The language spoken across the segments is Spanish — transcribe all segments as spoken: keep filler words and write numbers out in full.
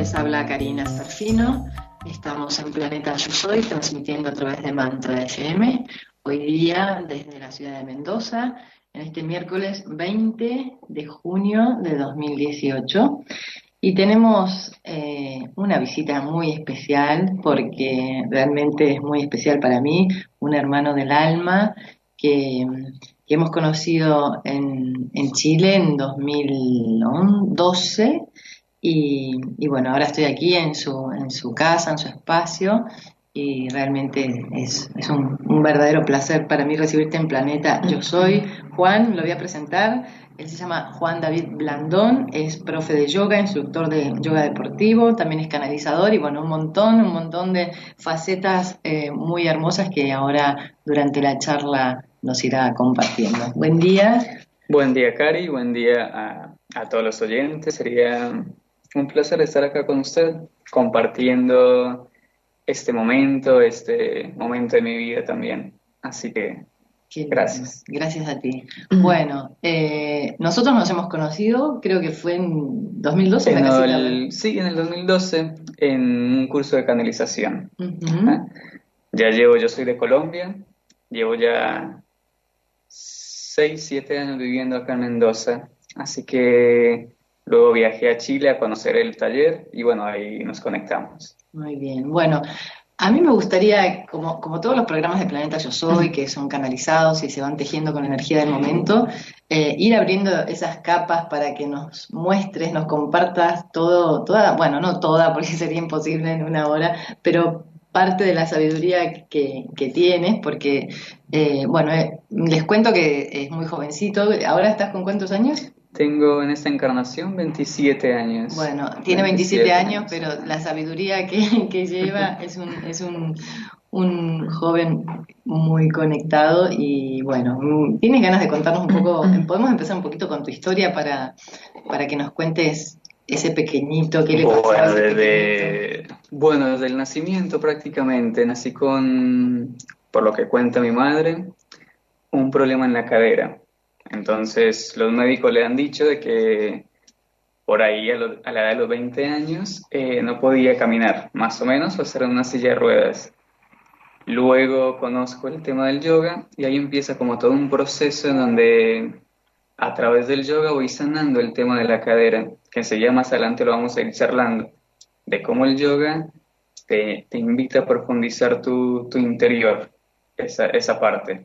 les habla Karina Serfino. Estamos en Planeta Yo Soy, transmitiendo a través de Mantra F M. Hoy día desde la ciudad de Mendoza, en este miércoles veinte de junio de dos mil dieciocho. Y tenemos eh, una visita muy especial, porque realmente es muy especial para mí, un hermano del alma que, que hemos conocido en, en Chile en dos mil doce. Y, y bueno, ahora estoy aquí en su, en su casa, en su espacio, y realmente es, es un, un verdadero placer para mí recibirte en Planeta Yo Soy. Juan, lo voy a presentar. Él se llama Juan David Blandón, es profe de yoga, instructor de yoga deportivo, también es canalizador y bueno, un montón, un montón de facetas eh, muy hermosas que ahora durante la charla nos irá compartiendo. Buen día. Buen día, Cari, buen día a, a todos los oyentes. Sería un placer estar acá con usted, compartiendo este momento, este momento de mi vida también. Así que, Qué lindo. gracias. Gracias a ti. Bueno, eh, nosotros nos hemos conocido, creo que fue en dos mil doce en la En casita, ¿verdad? el, sí, en el dos mil doce, en un curso de canalización. Ujú. ¿Ah? Ya llevo, yo soy de Colombia, llevo ya seis, siete años viviendo acá en Mendoza, así que luego viajé a Chile a conocer el taller y bueno, ahí nos conectamos. Muy bien. Bueno, a mí me gustaría, como, como todos los programas de Planeta Yo Soy, que son canalizados y se van tejiendo con la energía del momento, eh, ir abriendo esas capas para que nos muestres, nos compartas todo, toda, bueno, no toda, porque sería imposible en una hora, pero parte de la sabiduría que, que tienes, porque, eh, bueno, eh, les cuento que es muy jovencito. ¿Ahora estás con cuántos años? Tengo en esta encarnación veintisiete años, Bueno, tiene veintisiete veintisiete años, años. pero la sabiduría que, que lleva es un, es un, un joven muy conectado y bueno, mm, ¿tienes ganas de contarnos un poco? Podemos empezar un poquito con tu historia para, para que nos cuentes ese pequeñito, qué le pasó a Bueno, ese pequeñito. desde, bueno, desde el nacimiento prácticamente, nací con, por lo que cuenta mi madre, un problema en la cadera. Entonces, los médicos le han dicho de que por ahí a, lo- a la edad de los veinte años eh, no podía caminar, más o menos, o hacer una silla de ruedas. Luego conozco el tema del yoga y ahí empieza como todo un proceso en donde a través del yoga voy sanando el tema de la cadera, que enseguida más adelante lo vamos a ir charlando, de cómo el yoga te, te invita a profundizar tu, tu interior, esa, esa parte.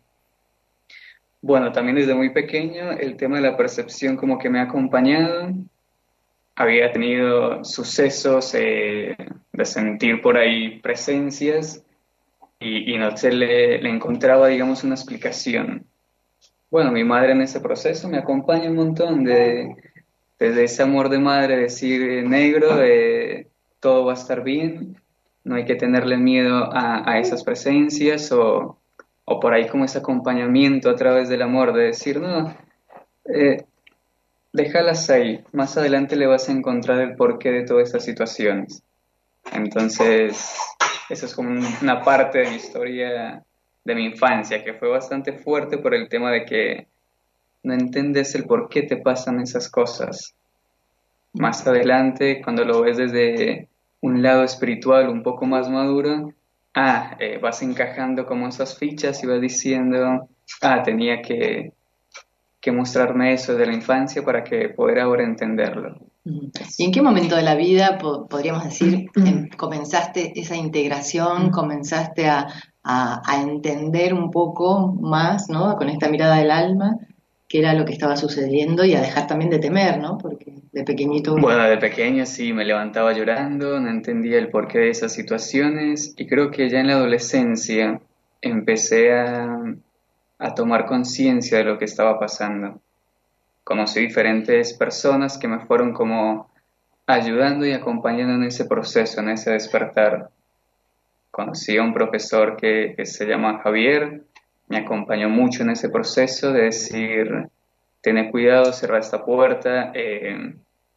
Bueno, también desde muy pequeño el tema de la percepción como que me ha acompañado. Había tenido sucesos eh, de sentir por ahí presencias y, y no se le, le encontraba, digamos, una explicación. Bueno, mi madre en ese proceso me acompaña un montón de, desde ese amor de madre, decir eh, negro, eh, todo va a estar bien, no hay que tenerle miedo a, a esas presencias o, o por ahí como ese acompañamiento a través del amor, de decir, no, eh, déjalas ahí, más adelante le vas a encontrar el porqué de todas estas situaciones. Entonces, eso es como una parte de mi historia de mi infancia, que fue bastante fuerte por el tema de que no entiendes el por qué te pasan esas cosas. Más adelante, cuando lo ves desde un lado espiritual un poco más maduro, ah, eh, vas encajando como esas fichas y vas diciendo, ah, tenía que, que mostrarme eso de la infancia para que poder ahora entenderlo. Ujú. ¿Y en qué momento de la vida po- podríamos decir em, comenzaste esa integración, comenzaste a, a- a entender un poco más, ¿no? Con esta mirada del alma, qué era lo que estaba sucediendo y a dejar también de temer, ¿no? Porque de pequeñito uno. Bueno, de pequeño sí me levantaba llorando, no entendía el porqué de esas situaciones y creo que ya en la adolescencia empecé a, a tomar conciencia de lo que estaba pasando. Conocí diferentes personas que me fueron como ayudando y acompañando en ese proceso, en ese despertar. Conocí a un profesor que, que se llama Javier, me acompañó mucho en ese proceso de decir, ten cuidado, cerra esta puerta, eh,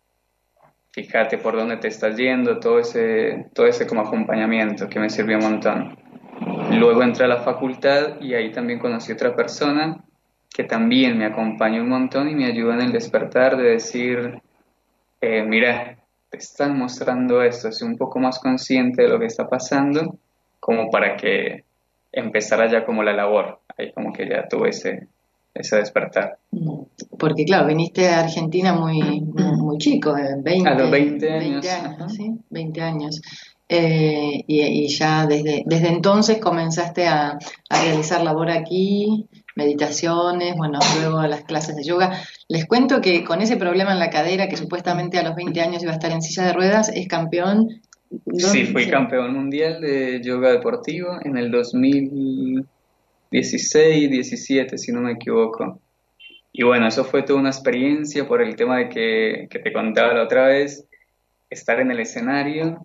fíjate por dónde te estás yendo, todo ese, todo ese como acompañamiento que me sirvió un montón. Luego entré a la facultad y ahí también conocí a otra persona que también me acompañó un montón y me ayudó en el despertar de decir, eh, mira, te están mostrando esto, sé un poco más consciente de lo que está pasando, como para que empezara ya como la labor. Ahí como que ya tuve ese, ese despertar. Porque claro, viniste a Argentina muy, muy, muy chico, eh, A los veinte, veinte años. veinte años, Ajá. ¿sí? veinte años. Eh, y, y ya desde, desde entonces comenzaste a, a realizar labor aquí, meditaciones, bueno, luego las clases de yoga. Les cuento que con ese problema en la cadera, que supuestamente a los veinte años iba a estar en silla de ruedas, es campeón. Sí, ¿Dónde? fui Sí. campeón mundial de yoga deportivo en el dos mil dieciséis, diecisiete, si no me equivoco. Y bueno, eso fue toda una experiencia por el tema de que, que te contaba la otra vez, estar en el escenario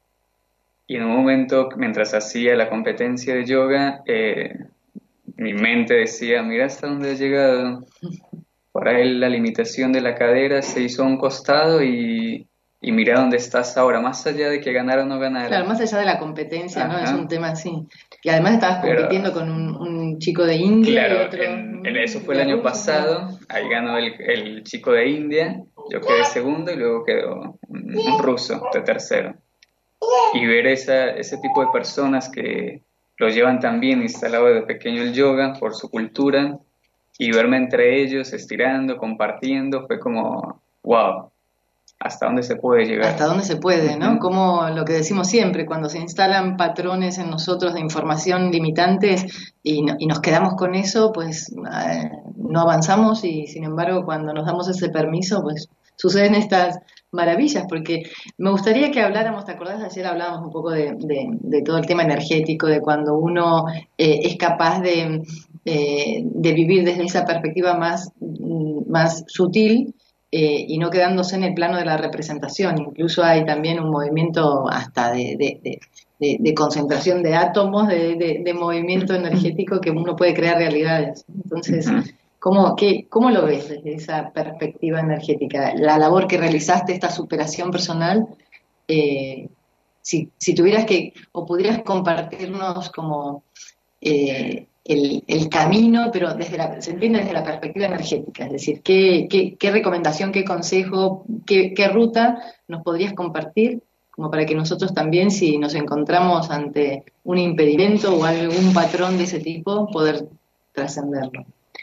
y en un momento, mientras hacía la competencia de yoga, eh, mi mente decía, mira hasta dónde has llegado. Por ahí la limitación de la cadera se hizo a un costado y, y mira dónde estás ahora, más allá de que ganara o no Claro, ganara. más allá de la competencia, ¿no? Es un Ajá, tema así. Y además estabas compitiendo pero con un, un chico de India y claro, otro en, en eso mm, fue el de año Rusia, claro. pasado, ahí ganó el, el chico de India, yo quedé segundo y luego quedó un, un ruso de tercero. Y ver esa, ese tipo de personas que lo llevan tan bien instalado desde pequeño el yoga por su cultura y verme entre ellos estirando, compartiendo, fue como, wow, hasta dónde se puede Hasta llegar. dónde se puede, ¿no? Ujú. Como lo que decimos siempre, cuando se instalan patrones en nosotros de información limitantes y, no- y nos quedamos con eso, pues eh, no avanzamos y sin embargo cuando nos damos ese permiso, pues suceden estas maravillas, porque me gustaría que habláramos, ¿te acordás? Ayer hablábamos un poco de, de- de todo el tema energético, de cuando uno eh, es capaz de, eh, de vivir desde esa perspectiva más, mm, más sutil eh, y no quedándose en el plano de la representación. Incluso hay también un movimiento hasta de, de, de, de, de concentración de átomos, de, de, de movimiento energético que uno puede crear realidades. Entonces, Ujú. ¿cómo, qué, ¿cómo lo ves desde esa perspectiva energética? La labor que realizaste, esta superación personal, eh, si, si tuvieras que, o pudieras compartirnos como eh, el, el camino, pero desde la, se entiende desde la perspectiva energética, es decir, qué, qué, qué recomendación, qué consejo, qué, qué ruta nos podrías compartir como para que nosotros también, si nos encontramos ante un impedimento o algún patrón de ese tipo, poder trascenderlo.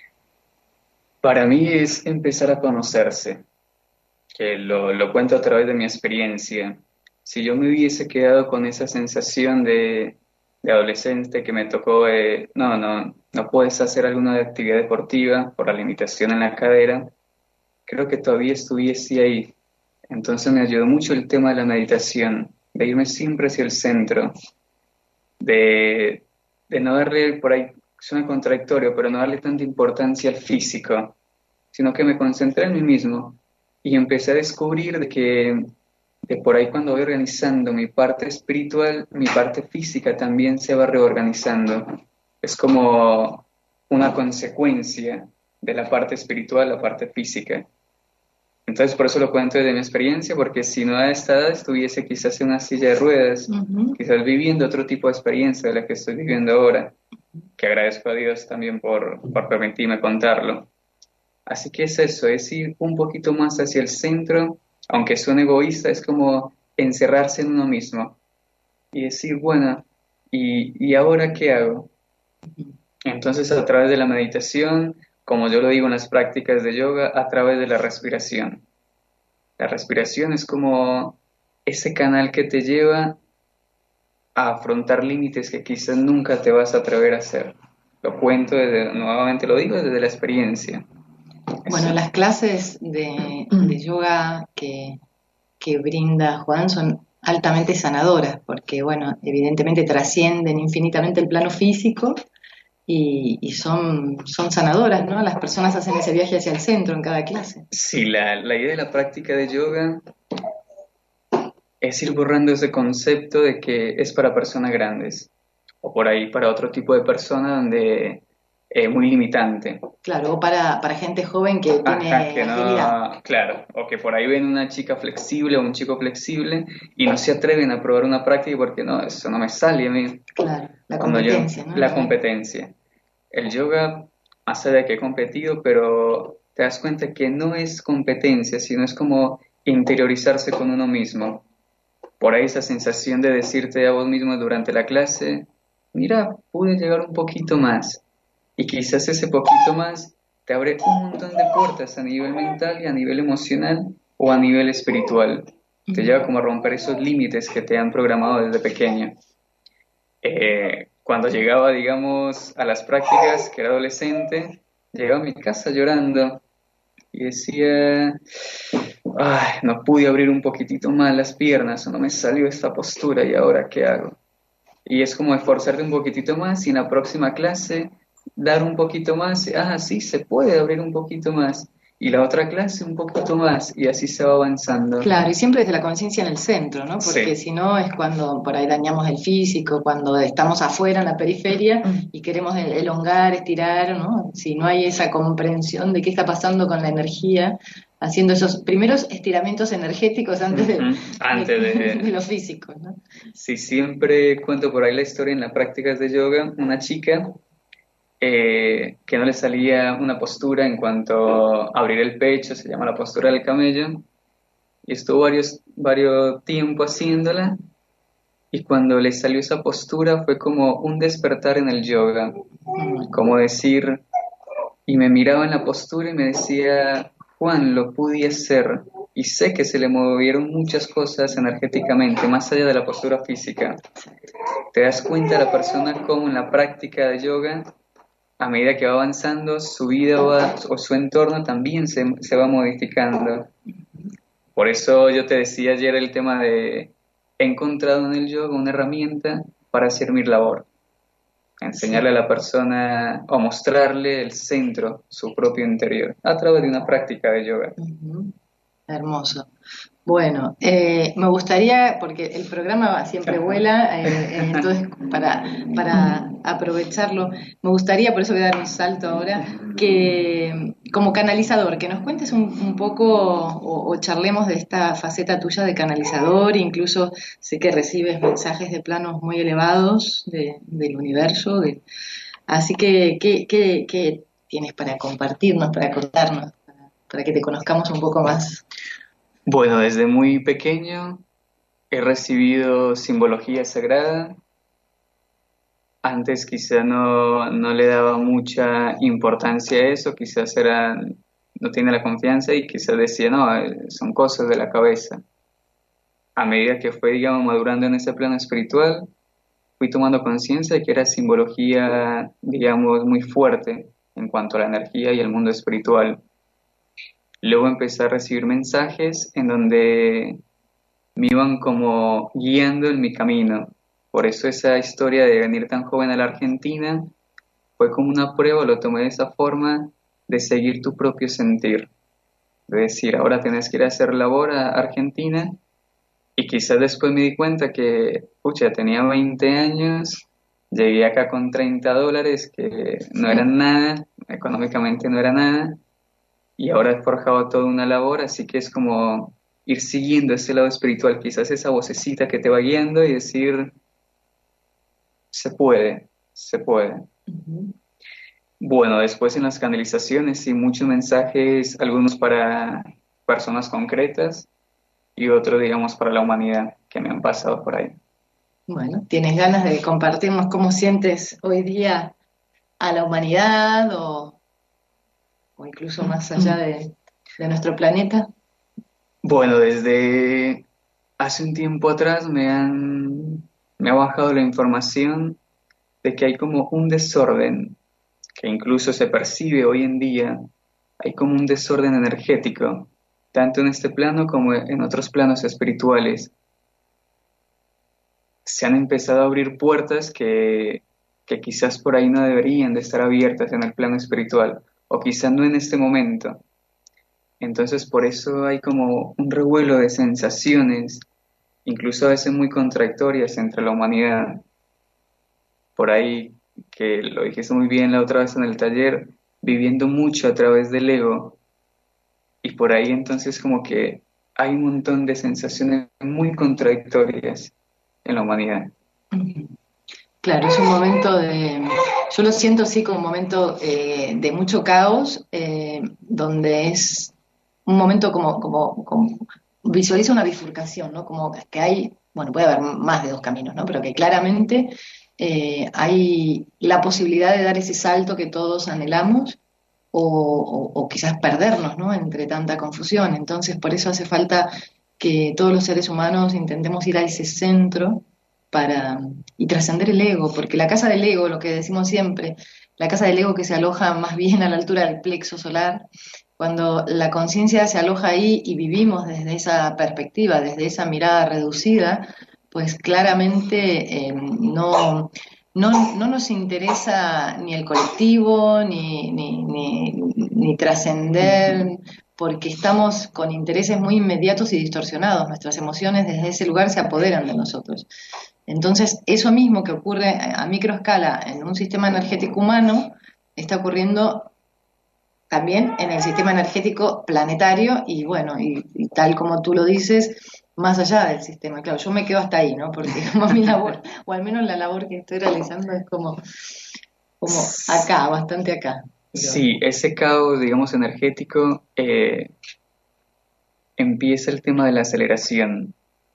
Para mí es empezar a conocerse, que lo, lo cuento a través de mi experiencia. Si yo me hubiese quedado con esa sensación de, de adolescente que me tocó, eh, no, no, no puedes hacer alguna actividad deportiva por la limitación en la cadera, creo que todavía estuviese ahí. Entonces me ayudó mucho el tema de la meditación, de irme siempre hacia el centro, de, de no darle, por ahí suena contradictorio, pero no darle tanta importancia al físico, sino que me concentré en mí mismo y empecé a descubrir de que de por ahí cuando voy organizando mi parte espiritual, mi parte física también se va reorganizando. Es como una consecuencia de la parte espiritual, la parte física. Entonces, por eso lo cuento desde mi experiencia, porque si no a esta edad estuviese quizás en una silla de ruedas, Ujú. quizás viviendo otro tipo de experiencia de la que estoy viviendo ahora, que agradezco a Dios también por, por permitirme contarlo. Así que es eso, es ir un poquito más hacia el centro, aunque suene egoísta, es como encerrarse en uno mismo y decir, bueno, ¿y, y ahora qué hago? Entonces, a través de la meditación, como yo lo digo en las prácticas de yoga, a través de la respiración. La respiración es como ese canal que te lleva a afrontar límites que quizás nunca te vas a atrever a hacer. Lo cuento desde, nuevamente lo digo desde la experiencia. Bueno, Eso. las clases de, de yoga que, que brinda Juan son altamente sanadoras, porque, bueno, evidentemente trascienden infinitamente el plano físico y, y son, son sanadoras, ¿no? Las personas hacen ese viaje hacia el centro en cada clase. Sí, la, la idea de la práctica de yoga es ir borrando ese concepto de que es para personas grandes o por ahí para otro tipo de persona donde es muy limitante. Claro, o para, para gente joven que Ajá, tiene que agilidad. no, claro, o que por ahí ven una chica flexible o un chico flexible y no se atreven a probar una práctica porque no, eso no me sale a mí. Claro, la Cuando yo, competencia, ¿no? la La- competencia. El yoga, más allá de que he competido, pero te das cuenta que no es competencia, sino es como interiorizarse con uno mismo. Por ahí esa sensación de decirte a vos mismo durante la clase, mira, pude llegar un poquito más. Y quizás ese poquito más te abre un montón de puertas a nivel mental y a nivel emocional o a nivel espiritual. Te lleva como a romper esos límites que te han programado desde pequeño. Eh, cuando llegaba, digamos, a las prácticas, que era adolescente, llegaba a mi casa llorando y decía, ay, no pude abrir un poquitito más las piernas o no me salió esta postura y ahora ¿qué hago? Y es como esforzarte un poquitito más y en la próxima clase dar un poquito más, ah, sí, se puede abrir un poquito más, y la otra clase un poquito más, y así se va avanzando. Claro, y siempre desde la conciencia en el centro, ¿no? Porque Sí. si no es cuando por ahí dañamos el físico, cuando estamos afuera en la periferia y queremos el- elongar, estirar, ¿no? Si no hay esa comprensión de qué está pasando con la energía, haciendo esos primeros estiramientos energéticos antes de, Ujú. Antes de, de de... lo físico, ¿no? Sí, siempre cuento por ahí la historia en las prácticas de yoga, una chica eh, que no le salía una postura en cuanto a abrir el pecho, se llama la postura del camello, y estuvo varios, varios tiempo haciéndola. Y cuando le salió esa postura fue como un despertar en el yoga, como decir, y me miraba en la postura y me decía, Juan, lo pude hacer. Y sé que se le movieron muchas cosas energéticamente, más allá de la postura física. Te das cuenta la persona cómo en la práctica de yoga, a medida que va avanzando, su vida va, o su entorno también se, se va modificando. Por eso yo te decía ayer el tema de, he encontrado en el yoga una herramienta para hacer mi labor, enseñarle a la persona o mostrarle el centro, su propio interior, a través de una práctica de yoga. Ujú. Hermoso. Bueno, eh, me gustaría, porque el programa siempre vuela, eh, eh, entonces para, para aprovecharlo, me gustaría, por eso voy a dar un salto ahora, que como canalizador, que nos cuentes un, un poco o, o charlemos de esta faceta tuya de canalizador, incluso sé que recibes mensajes de planos muy elevados de- del universo, de- así que, ¿qué, qué, qué tienes para compartirnos, para contarnos, para, para que te conozcamos un poco más? Bueno, desde muy pequeño he recibido simbología sagrada. Antes quizá no, no le daba mucha importancia a eso, quizás era, no tiene la confianza y quizás decía, no, eh, son cosas de la cabeza. A medida que fue, digamos, madurando en ese plano espiritual, fui tomando conciencia de que era simbología, digamos, muy fuerte en cuanto a la energía y el mundo espiritual. Luego empecé a recibir mensajes en donde me iban como guiando en mi camino. Por eso esa historia de venir tan joven a la Argentina fue como una prueba, lo tomé de esa forma, de seguir tu propio sentir. De decir, ahora tenés que ir a hacer labor a Argentina. Y quizás después me di cuenta que, pucha, tenía veinte años, llegué acá con treinta dólares, que no eran nada, económicamente no era nada, y ahora he forjado toda una labor, así que es como ir siguiendo ese lado espiritual, quizás esa vocecita que te va guiando y decir, se puede, se puede. Ujú. Bueno, después en las canalizaciones, sí, muchos mensajes, algunos para personas concretas y otros, digamos, para la humanidad que me han pasado por ahí. Bueno, ¿tienes ganas de compartirnos cómo sientes hoy día a la humanidad o, o incluso más allá de, de nuestro planeta? Bueno, desde hace un tiempo atrás me han, me ha bajado la información de que hay como un desorden, que incluso se percibe hoy en día, hay como un desorden energético, tanto en este plano como en otros planos espirituales. Se han empezado a abrir puertas que, que quizás por ahí no deberían de estar abiertas en el plano espiritual, o quizás no en este momento. Entonces por eso hay como un revuelo de sensaciones, incluso a veces muy contradictorias entre la humanidad. Por ahí, que lo dijiste muy bien la otra vez en el taller, viviendo mucho a través del ego. Y por ahí entonces como que hay un montón de sensaciones muy contradictorias en la humanidad. Claro, es un momento de, yo lo siento así como un momento eh, de mucho caos, eh, donde es un momento como, como, como visualizo una bifurcación, ¿no? Como que hay, bueno, puede haber más de dos caminos, ¿no? Pero que claramente eh, hay la posibilidad de dar ese salto que todos anhelamos o, o- o quizás perdernos, ¿no? Entre tanta confusión. Entonces, por eso hace falta que todos los seres humanos intentemos ir a ese centro para y trascender el ego, porque la casa del ego, lo que decimos siempre, la casa del ego que se aloja más bien a la altura del plexo solar, cuando la conciencia se aloja ahí y vivimos desde esa perspectiva, desde esa mirada reducida, pues claramente eh, no, no, no nos interesa ni el colectivo, ni, ni, ni, ni trascender, porque estamos con intereses muy inmediatos y distorsionados. Nuestras emociones desde ese lugar se apoderan de nosotros. Entonces, eso mismo que ocurre a microescala en un sistema energético humano, está ocurriendo también en el sistema energético planetario y bueno, y, y tal como tú lo dices, más allá del sistema. Claro, yo me quedo hasta ahí, ¿no? Porque como mi labor, o al menos la labor que estoy realizando es como, como acá, bastante acá. Pero, Sí, ese caos, digamos, energético, eh, empieza el tema de la aceleración.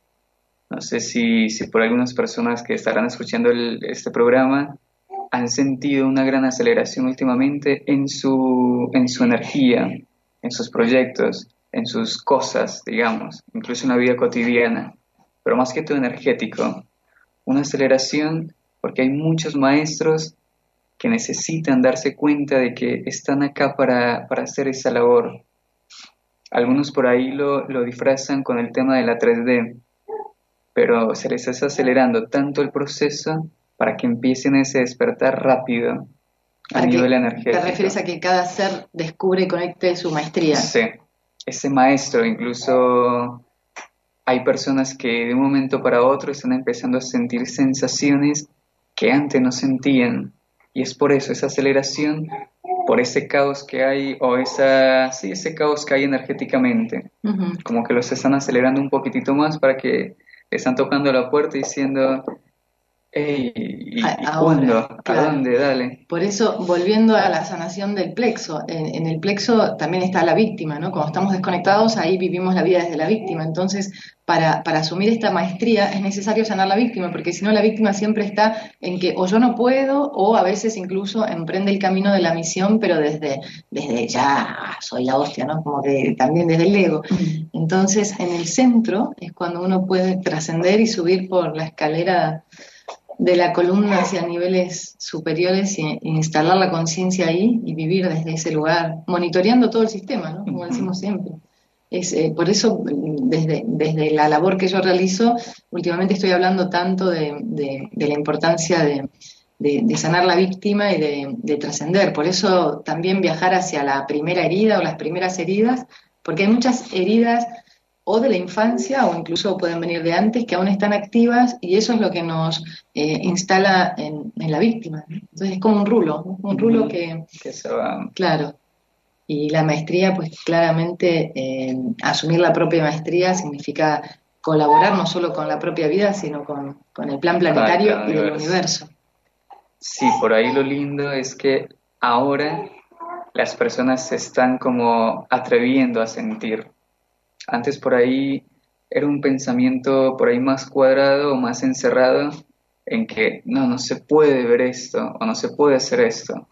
No sé si, si por algunas personas que estarán escuchando el- este programa han sentido una gran aceleración últimamente en su, en su energía, en sus proyectos, en sus cosas, digamos, incluso en la vida cotidiana, pero más que todo energético. Una aceleración porque hay muchos maestros que necesitan darse cuenta de que están acá para, para hacer esa labor. Algunos por ahí lo, lo disfrazan con el tema de la tres D, pero se les está acelerando tanto el proceso para que empiecen ese despertar rápido a para que nivel te refieres energético. a que cada ser descubre y conecte su maestría. Sí, ese maestro, incluso hay personas que de un momento para otro están empezando a sentir sensaciones que antes no sentían. Y es por eso, esa aceleración, por ese caos que hay, o esa, sí, ese caos que hay energéticamente. Ujú. Como que los están acelerando un poquitito más para que están tocando la puerta y diciendo, hey, A- ¿y, y cuándo? Ahora, ¿A claro. dónde? Dale. Por eso, volviendo a la sanación del plexo, en, en el plexo también está la víctima, ¿no? Cuando estamos desconectados, ahí vivimos la vida desde la víctima. Entonces, para, para asumir esta maestría es necesario sanar la víctima, porque si no, la víctima siempre está en que o yo no puedo, o a veces incluso emprende el camino de la misión, pero desde, desde ya soy la hostia, ¿no? Como que también desde el ego. Entonces, en el centro es cuando uno puede trascender y subir por la escalera de la columna hacia niveles superiores y, y instalar la conciencia ahí y vivir desde ese lugar, monitoreando todo el sistema, ¿no? Como decimos siempre. Es, eh, por eso, desde, desde la labor que yo realizo, últimamente estoy hablando tanto de, de, de la importancia de, de, de sanar la víctima y de, de trascender. Por eso también viajar hacia la primera herida o las primeras heridas, porque hay muchas heridas o de la infancia o incluso pueden venir de antes que aún están activas y eso es lo que nos eh, instala en, en la víctima, ¿no? Entonces es como un rulo, ¿no? Un rulo que, Que se va. claro, y la maestría pues claramente eh, asumir la propia maestría significa colaborar no solo con la propia vida, sino con, con el plan Con el planetario plan y del universo. universo. Sí, por ahí lo lindo es que ahora las personas se están como atreviendo a sentir. Antes por ahí era un pensamiento por ahí más cuadrado o más encerrado en que no, no se puede ver esto o no se puede hacer esto.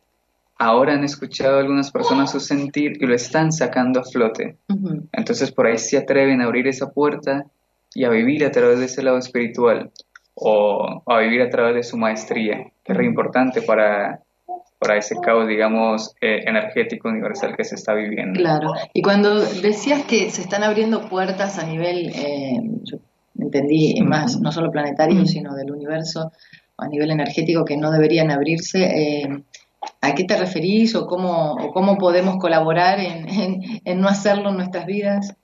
Ahora han escuchado a algunas personas su sentir y lo están sacando a flote. Uh-huh. Entonces por ahí se atreven a abrir esa puerta y a vivir a través de ese lado espiritual o a vivir a través de su maestría, que es re importante para, para ese caos, digamos, eh, energético universal que se está viviendo. Claro, y cuando decías que se están abriendo puertas a nivel, eh, yo entendí más, no solo planetario, sino del universo, a nivel energético, que no deberían abrirse, eh, ¿a qué te referís o cómo, o cómo podemos colaborar en, en, en no hacerlo en nuestras vidas?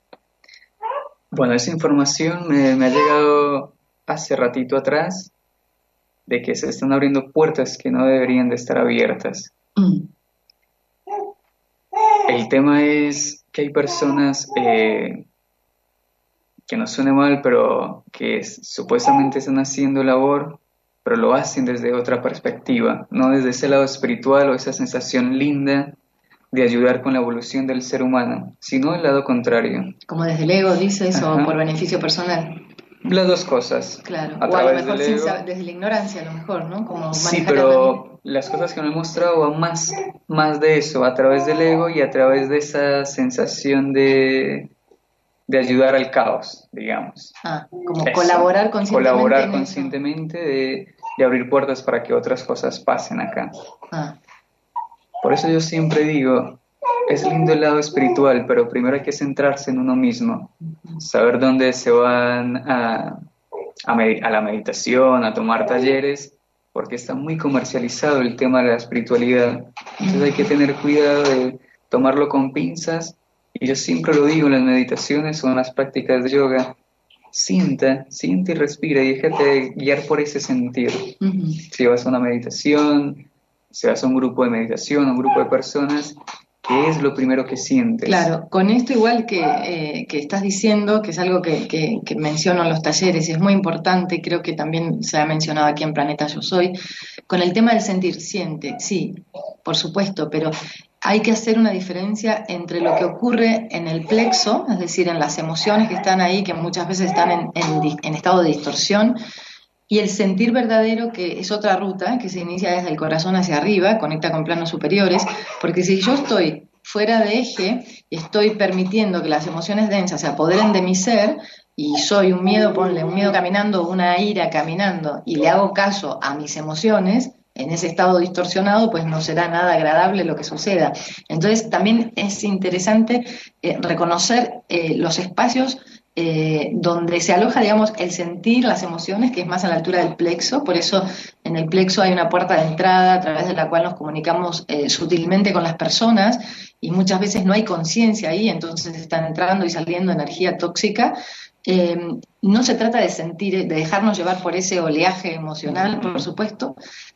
Bueno, esa información me, me ha llegado hace ratito atrás de que se están abriendo puertas que no deberían de estar abiertas. Mm. El tema es que hay personas, eh, que no suene mal, pero que es- supuestamente están haciendo labor, pero lo hacen desde otra perspectiva, no desde ese lado espiritual o esa sensación linda de ayudar con la evolución del ser humano, sino el lado contrario. Como desde el ego, dices, Ajá. o por beneficio personal. Las dos cosas. Claro, A o a lo través mejor del sin ego. sab- desde la ignorancia, a lo mejor, ¿no? Como Sí, manejar herramientas. pero las cosas que me he mostrado van más, más de eso, a través del ego y a través de esa sensación de, de ayudar al caos, digamos. Ah, como Eso. colaborar conscientemente Colaborar en conscientemente de, de abrir puertas para que otras cosas pasen acá. eso. Ah, Por eso yo siempre digo, es lindo el lado espiritual, pero primero hay que centrarse en uno mismo, saber dónde se van a, a, med- a la meditación, a tomar talleres, porque está muy comercializado el tema de la espiritualidad. Entonces hay que tener cuidado de tomarlo con pinzas, y yo siempre lo digo en las meditaciones o en las prácticas de yoga, sienta, siente y respira y déjate guiar por ese sentido. ujú. Si vas a una meditación, si vas a un grupo de meditación, un grupo de personas, ¿qué es lo primero que sientes? Claro, con esto igual que, eh, que estás diciendo, que es algo que, que, que menciono en los talleres, y es muy importante, y creo que también se ha mencionado aquí en Planeta Yo Soy, con el tema del sentir, siente, sí, por supuesto, pero hay que hacer una diferencia entre lo que ocurre en el plexo, es decir, en las emociones que están ahí, que muchas veces están en, en, dis- en estado de distorsión, y el sentir verdadero, que es otra ruta, que se inicia desde el corazón hacia arriba, conecta con planos superiores, porque si yo estoy fuera de eje y estoy permitiendo que las emociones densas se apoderen de mi ser, y soy un miedo, ponle un miedo caminando, una ira caminando, y le hago caso a mis emociones, en ese estado distorsionado, pues no será nada agradable lo que suceda. Entonces también es interesante eh, reconocer eh, los espacios eh, donde se aloja, digamos, el sentir, las emociones, que es más a la altura del plexo. Por eso en el plexo hay una puerta de entrada a través de la cual nos comunicamos eh, sutilmente con las personas, y muchas veces no hay conciencia ahí, entonces están entrando y saliendo energía tóxica. Eh, no se trata de sentir, de dejarnos llevar por ese oleaje emocional, por supuesto,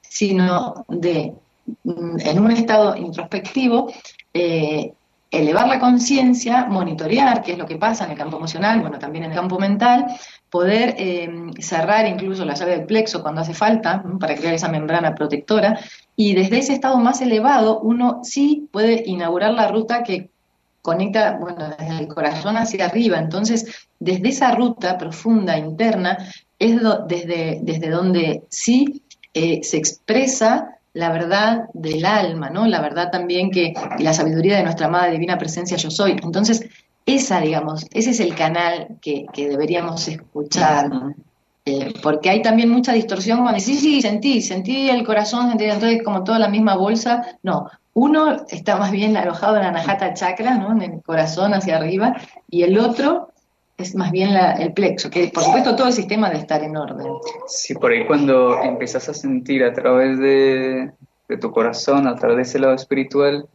sino de, mm, en un estado introspectivo, eh, elevar la conciencia, monitorear qué es lo que pasa en el campo emocional, bueno, también en el campo mental, poder eh, cerrar incluso la llave del plexo cuando hace falta, ¿no? Para crear esa membrana protectora, y desde ese estado más elevado uno sí puede inaugurar la ruta que conecta, bueno, desde el corazón hacia arriba. Entonces, desde esa ruta profunda, interna, es do, desde, desde donde sí eh, se expresa la verdad del alma, ¿no? La verdad también que, y la sabiduría de nuestra amada divina presencia yo soy. Entonces, esa, digamos, ese es el canal que, que deberíamos escuchar, eh, porque hay también mucha distorsión cuando dices, sí, sí, sentí, sentí el corazón, sentí, entonces como toda la misma bolsa. No, uno está más bien alojado en la Anahata Chakra, ¿no? En el corazón hacia arriba, y el otro es más bien la, el plexo, que por supuesto todo el sistema debe estar en orden. Sí, por ahí cuando empezás a sentir a través de, de tu corazón, a través de ese lado espiritual,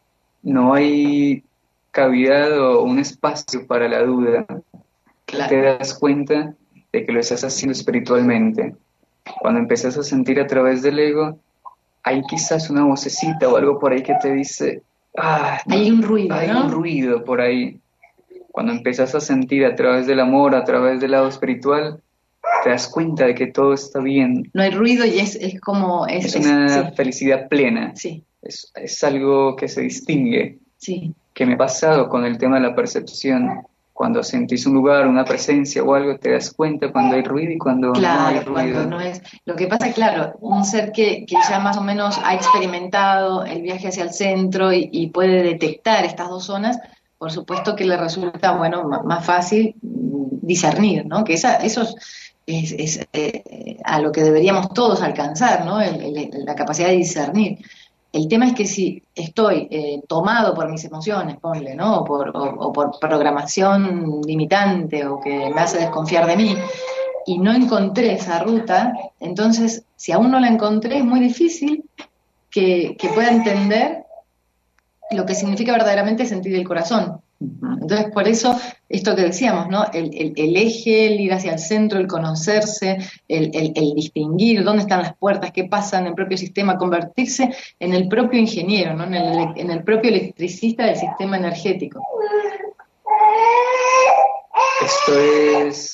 no hay cavidad o un espacio para la duda. Claro. Te das cuenta de que lo estás haciendo espiritualmente. Cuando empezás a sentir a través del ego, hay quizás una vocecita o algo por ahí que te dice, ah, no, hay un ruido, hay ¿no? un ruido por ahí. Cuando empiezas a sentir a través del amor, a través del lado espiritual, te das cuenta de que todo está bien. No hay ruido y es, es como... Es, Es una es, sí. felicidad plena. Sí. Es, es algo que se distingue. Sí. Que me ha pasado con el tema de la percepción. Cuando sentís un lugar, una presencia o algo, te das cuenta cuando hay ruido y cuando claro, no hay ruido. Cuando no es. Lo que pasa, claro, un ser que, que ya más o menos ha experimentado el viaje hacia el centro y, y puede detectar estas dos zonas, por supuesto que le resulta, bueno, m- más fácil discernir, ¿no? Que esa, eso es, es, es eh, a lo que deberíamos todos alcanzar, ¿no? El, el, la capacidad de discernir. El tema es que si estoy eh, tomado por mis emociones, ponle, ¿no? O por, o, o por programación limitante o que me hace desconfiar de mí, y no encontré esa ruta, entonces, si aún no la encontré, es muy difícil que, que pueda entender lo que significa verdaderamente sentir el corazón. Entonces, por eso, esto que decíamos, ¿no? El, el, el eje, el ir hacia el centro, el conocerse, el, el, el distinguir dónde están las puertas, qué pasa en el propio sistema, convertirse en el propio ingeniero, ¿no? En el, en el propio electricista del sistema energético. Esto es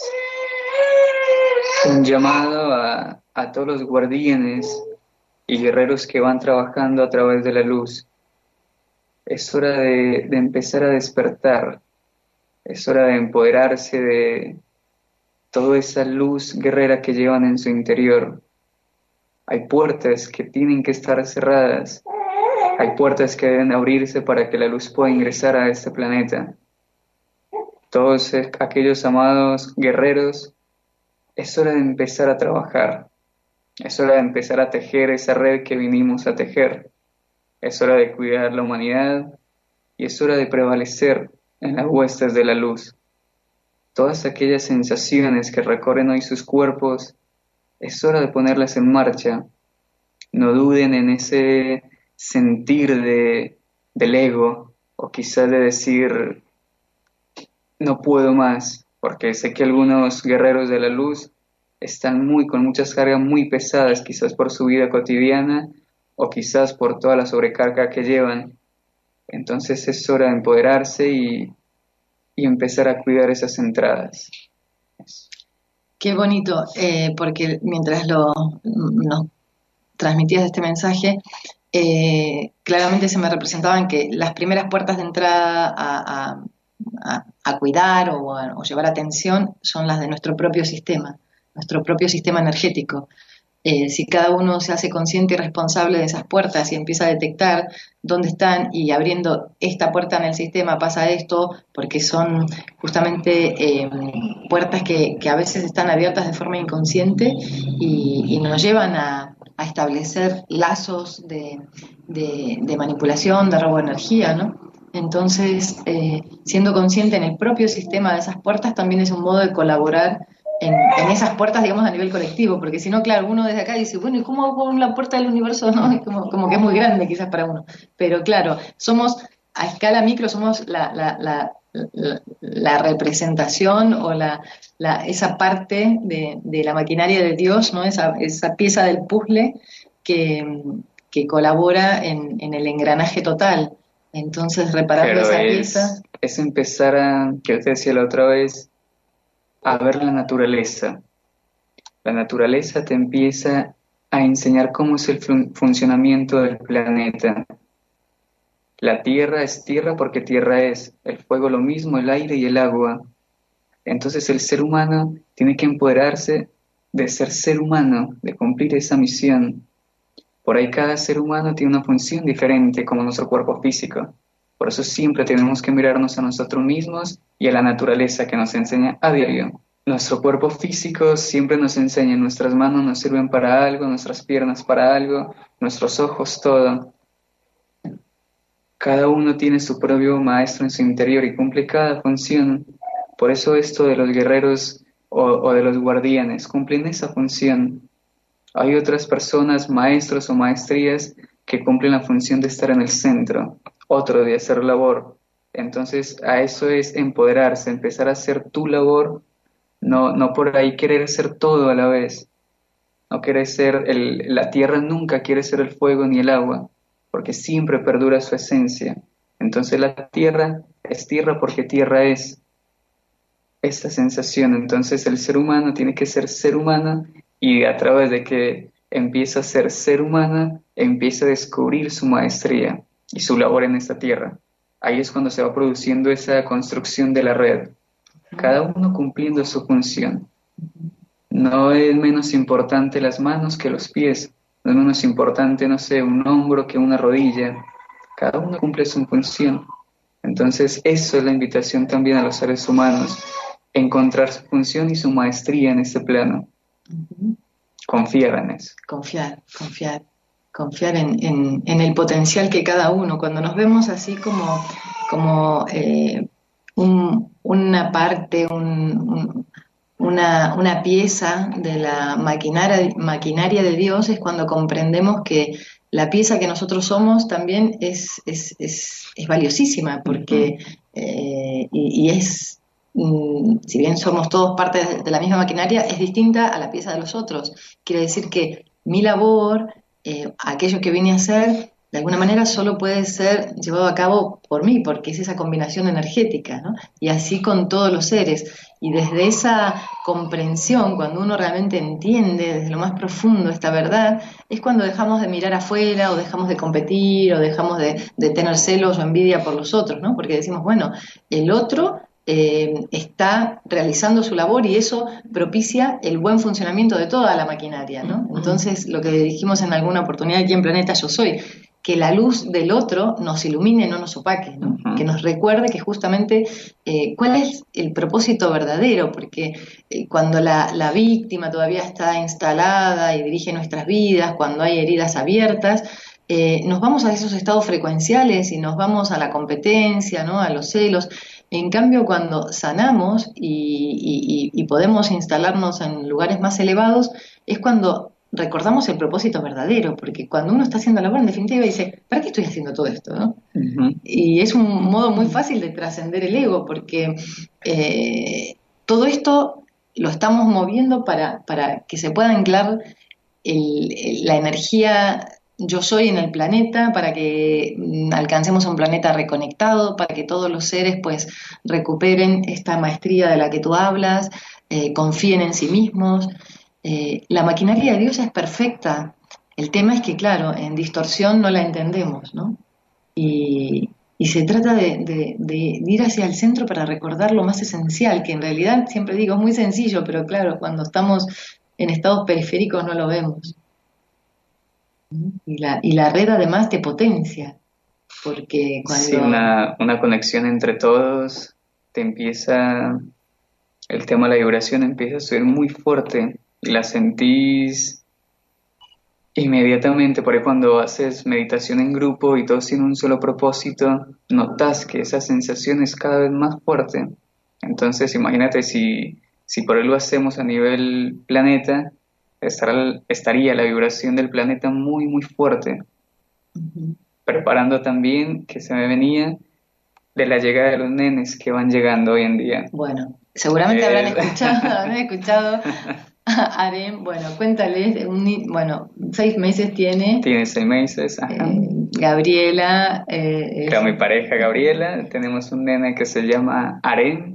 un llamado a, a todos los guardianes y guerreros que van trabajando a través de la luz. Es hora de, de empezar a despertar, es hora de empoderarse de toda esa luz guerrera que llevan en su interior. Hay puertas que tienen que estar cerradas, hay puertas que deben abrirse para que la luz pueda ingresar a este planeta. Todos aquellos amados guerreros, es hora de empezar a trabajar, es hora de empezar a tejer esa red que vinimos a tejer, es hora de cuidar la humanidad y es hora de prevalecer en las huestes de la luz. Todas aquellas sensaciones que recorren hoy sus cuerpos, es hora de ponerlas en marcha. No duden en ese sentir de, del ego, o quizás de decir, no puedo más, porque sé que algunos guerreros de la luz están muy con muchas cargas muy pesadas, quizás por su vida cotidiana, o quizás por toda la sobrecarga que llevan. Entonces es hora de empoderarse y, y empezar a cuidar esas entradas. Qué bonito, eh, porque mientras lo, nos transmitías este mensaje, eh, claramente se me representaban que las primeras puertas de entrada a, a, a, a cuidar o, a, o llevar atención son las de nuestro propio sistema, nuestro propio sistema energético. Eh, si cada uno se hace consciente y responsable de esas puertas y empieza a detectar dónde están y abriendo esta puerta en el sistema pasa esto, porque son justamente eh, puertas que, que a veces están abiertas de forma inconsciente y, y nos llevan a, a establecer lazos de, de, de manipulación, de robo de energía, ¿no? Entonces, eh, siendo consciente en el propio sistema de esas puertas también es un modo de colaborar En, en esas puertas, digamos, a nivel colectivo, porque si no, claro, uno desde acá dice, bueno, ¿y cómo hago con la puerta del universo? No, es como, como que es muy grande quizás para uno, pero claro, somos, a escala micro, somos la, la, la, la, la representación o la, la, esa parte de, de la maquinaria de Dios, ¿no? Esa, esa pieza del puzzle que, que colabora en, en el engranaje total. Entonces, reparando Pero esa es, pieza... es empezar a, que te decía la otra vez, a ver la naturaleza. La naturaleza te empieza a enseñar cómo es el fun- funcionamiento del planeta. La tierra es tierra porque tierra es, el fuego lo mismo, el aire y el agua. Entonces el ser humano tiene que empoderarse de ser ser humano, de cumplir esa misión. Por ahí cada ser humano tiene una función diferente como nuestro cuerpo físico. Por eso siempre tenemos que mirarnos a nosotros mismos y a la naturaleza que nos enseña a diario. Nuestro cuerpo físico siempre nos enseña, nuestras manos nos sirven para algo, nuestras piernas para algo, nuestros ojos, todo. Cada uno tiene su propio maestro en su interior y cumple cada función. Por eso esto de los guerreros o, o de los guardianes cumplen esa función. Hay otras personas, maestros o maestrías, que cumplen la función de estar en el centro, otro de hacer labor. Entonces a eso es empoderarse, empezar a hacer tu labor. No, no por ahí querer ser todo a la vez. No querer ser el, la tierra nunca quiere ser el fuego ni el agua, porque siempre perdura su esencia. Entonces la tierra es tierra porque tierra es esta sensación. Entonces el ser humano tiene que ser ser humano y a través de que empieza a ser ser humana, empieza a descubrir su maestría y su labor en esta tierra. Ahí es cuando se va produciendo esa construcción de la red, cada uno cumpliendo su función. No es menos importante las manos que los pies, no es menos importante, no sé, un hombro que una rodilla. Cada uno cumple su función. Entonces, eso es la invitación también a los seres humanos, encontrar su función y su maestría en este plano. Uh-huh. Confiar en eso. Confiar, confiar, confiar en, en, en el potencial que cada uno, cuando nos vemos así como, como eh, un, una parte, un, un Una, una pieza de la maquinaria, maquinaria de Dios es cuando comprendemos que la pieza que nosotros somos también es, es, es, es valiosísima, porque eh, y, y es, mm, si bien somos todos parte de, de la misma maquinaria, es distinta a la pieza de los otros. Quiere decir que mi labor, eh, aquello que vine a hacer, de alguna manera solo puede ser llevado a cabo por mí, porque es esa combinación energética, ¿no? Y así con todos los seres. Y desde esa comprensión, cuando uno realmente entiende desde lo más profundo esta verdad, es cuando dejamos de mirar afuera, o dejamos de competir, o dejamos de, de tener celos o envidia por los otros, ¿no? Porque decimos, bueno, el otro eh, está realizando su labor y eso propicia el buen funcionamiento de toda la maquinaria, ¿no? Entonces, lo que dijimos en alguna oportunidad aquí en Planeta Yo Soy, que la luz del otro nos ilumine, no nos opaque, ¿no? Uh-huh. Que nos recuerde que justamente eh, cuál es el propósito verdadero, porque eh, cuando la, la víctima todavía está instalada y dirige nuestras vidas, cuando hay heridas abiertas, eh, nos vamos a esos estados frecuenciales y nos vamos a la competencia, ¿no? A los celos. En cambio, cuando sanamos y, y, y podemos instalarnos en lugares más elevados, es cuando recordamos el propósito verdadero, porque cuando uno está haciendo labor, en definitiva dice, ¿para qué estoy haciendo todo esto? ¿No? Uh-huh. Y es un modo muy fácil de trascender el ego, porque eh, todo esto lo estamos moviendo para, para que se pueda anclar el, el, la energía yo soy en el planeta, para que mm, alcancemos un planeta reconectado, para que todos los seres pues recuperen esta maestría de la que tú hablas, eh, confíen en sí mismos. Eh, la maquinaria de Dios es perfecta. El tema es que, claro, en distorsión no la entendemos, ¿no? Y, y se trata de, de, de ir hacia el centro para recordar lo más esencial, que en realidad, siempre digo, es muy sencillo, pero claro, cuando estamos en estados periféricos no lo vemos. Y la, y la red además te potencia, porque cuando... Sí, una, una conexión entre todos, te empieza... El tema de la vibración empieza a subir muy fuerte. Y la sentís inmediatamente, por ahí cuando haces meditación en grupo y todos tienen un solo propósito, notas que esa sensación es cada vez más fuerte. Entonces imagínate si, si por ahí lo hacemos a nivel planeta, estará, estaría la vibración del planeta muy muy fuerte. Uh-huh. Preparando también, que se me venía, de la llegada de los nenes que van llegando hoy en día. Bueno, seguramente eh... habrán escuchado, habrán escuchado Arem, bueno, cuéntales, un, bueno, seis meses tiene. Tiene seis meses, ajá. Eh, Gabriela. Eh, Claro, es... mi pareja Gabriela, tenemos un nene que se llama Arem,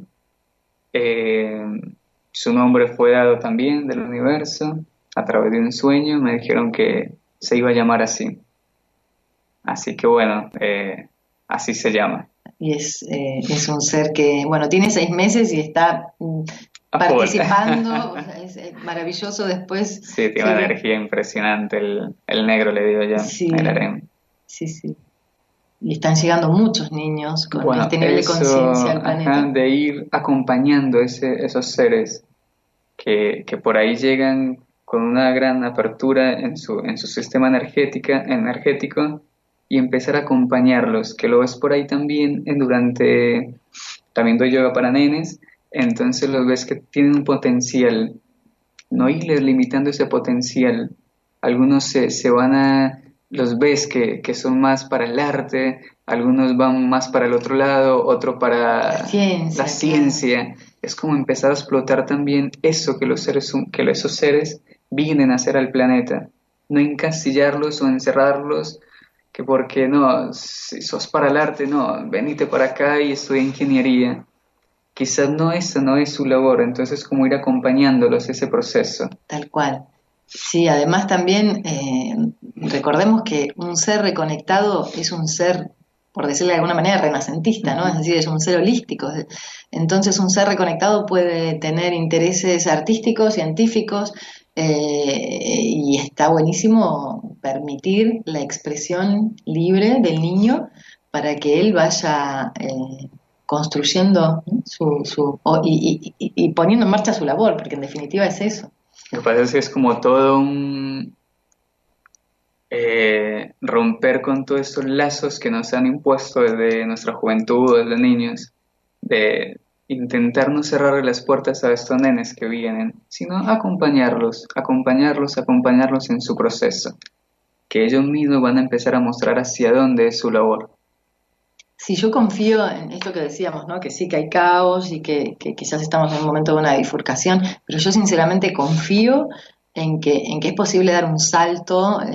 eh, su nombre fue dado también del universo, a través de un sueño, me dijeron que se iba a llamar así. Así que bueno, eh, así se llama. Y es, eh, es un ser que, bueno, tiene seis meses y está... participando, o sea, es, es maravilloso después. Sí, tiene una energía impresionante, el, el negro le digo yo, sí, el harem. Sí, sí. Y están llegando muchos niños con bueno, este nivel eso, de conciencia al planeta. Ajá, de ir acompañando ese, esos seres que, que por ahí llegan con una gran apertura en su, en su sistema energética, energético y empezar a acompañarlos, que lo ves por ahí también en durante, también doy yoga para nenes. Entonces los ves que tienen un potencial, no irles limitando ese potencial. Algunos se, se van a, los ves que, que son más para el arte, algunos van más para el otro lado, otro para la ciencia. La ciencia. Claro. Es como empezar a explotar también eso que los seres, que esos seres vienen a hacer al planeta. No encasillarlos o encerrarlos, que porque no, si sos para el arte, no, venite para acá y estudia ingeniería. Quizás no esa no es su labor, entonces como ir acompañándolos ese proceso. Tal cual. Sí, además también eh, recordemos que un ser reconectado es un ser, por decirlo de alguna manera, renacentista, ¿no? Es decir, es un ser holístico. Entonces un ser reconectado puede tener intereses artísticos, científicos, eh, y está buenísimo permitir la expresión libre del niño para que él vaya... Eh, construyendo su, su o, y, y, y poniendo en marcha su labor, porque en definitiva es eso. Lo que pasa es que es como todo un eh, romper con todos estos lazos que nos han impuesto desde nuestra juventud, desde niños, de intentar no cerrar las puertas a estos nenes que vienen, sino acompañarlos, acompañarlos, acompañarlos en su proceso, que ellos mismos van a empezar a mostrar hacia dónde es su labor. Sí, yo confío en esto que decíamos, ¿no? Que sí que hay caos y que, que quizás estamos en un momento de una bifurcación, pero yo sinceramente confío en que, en que es posible dar un salto eh,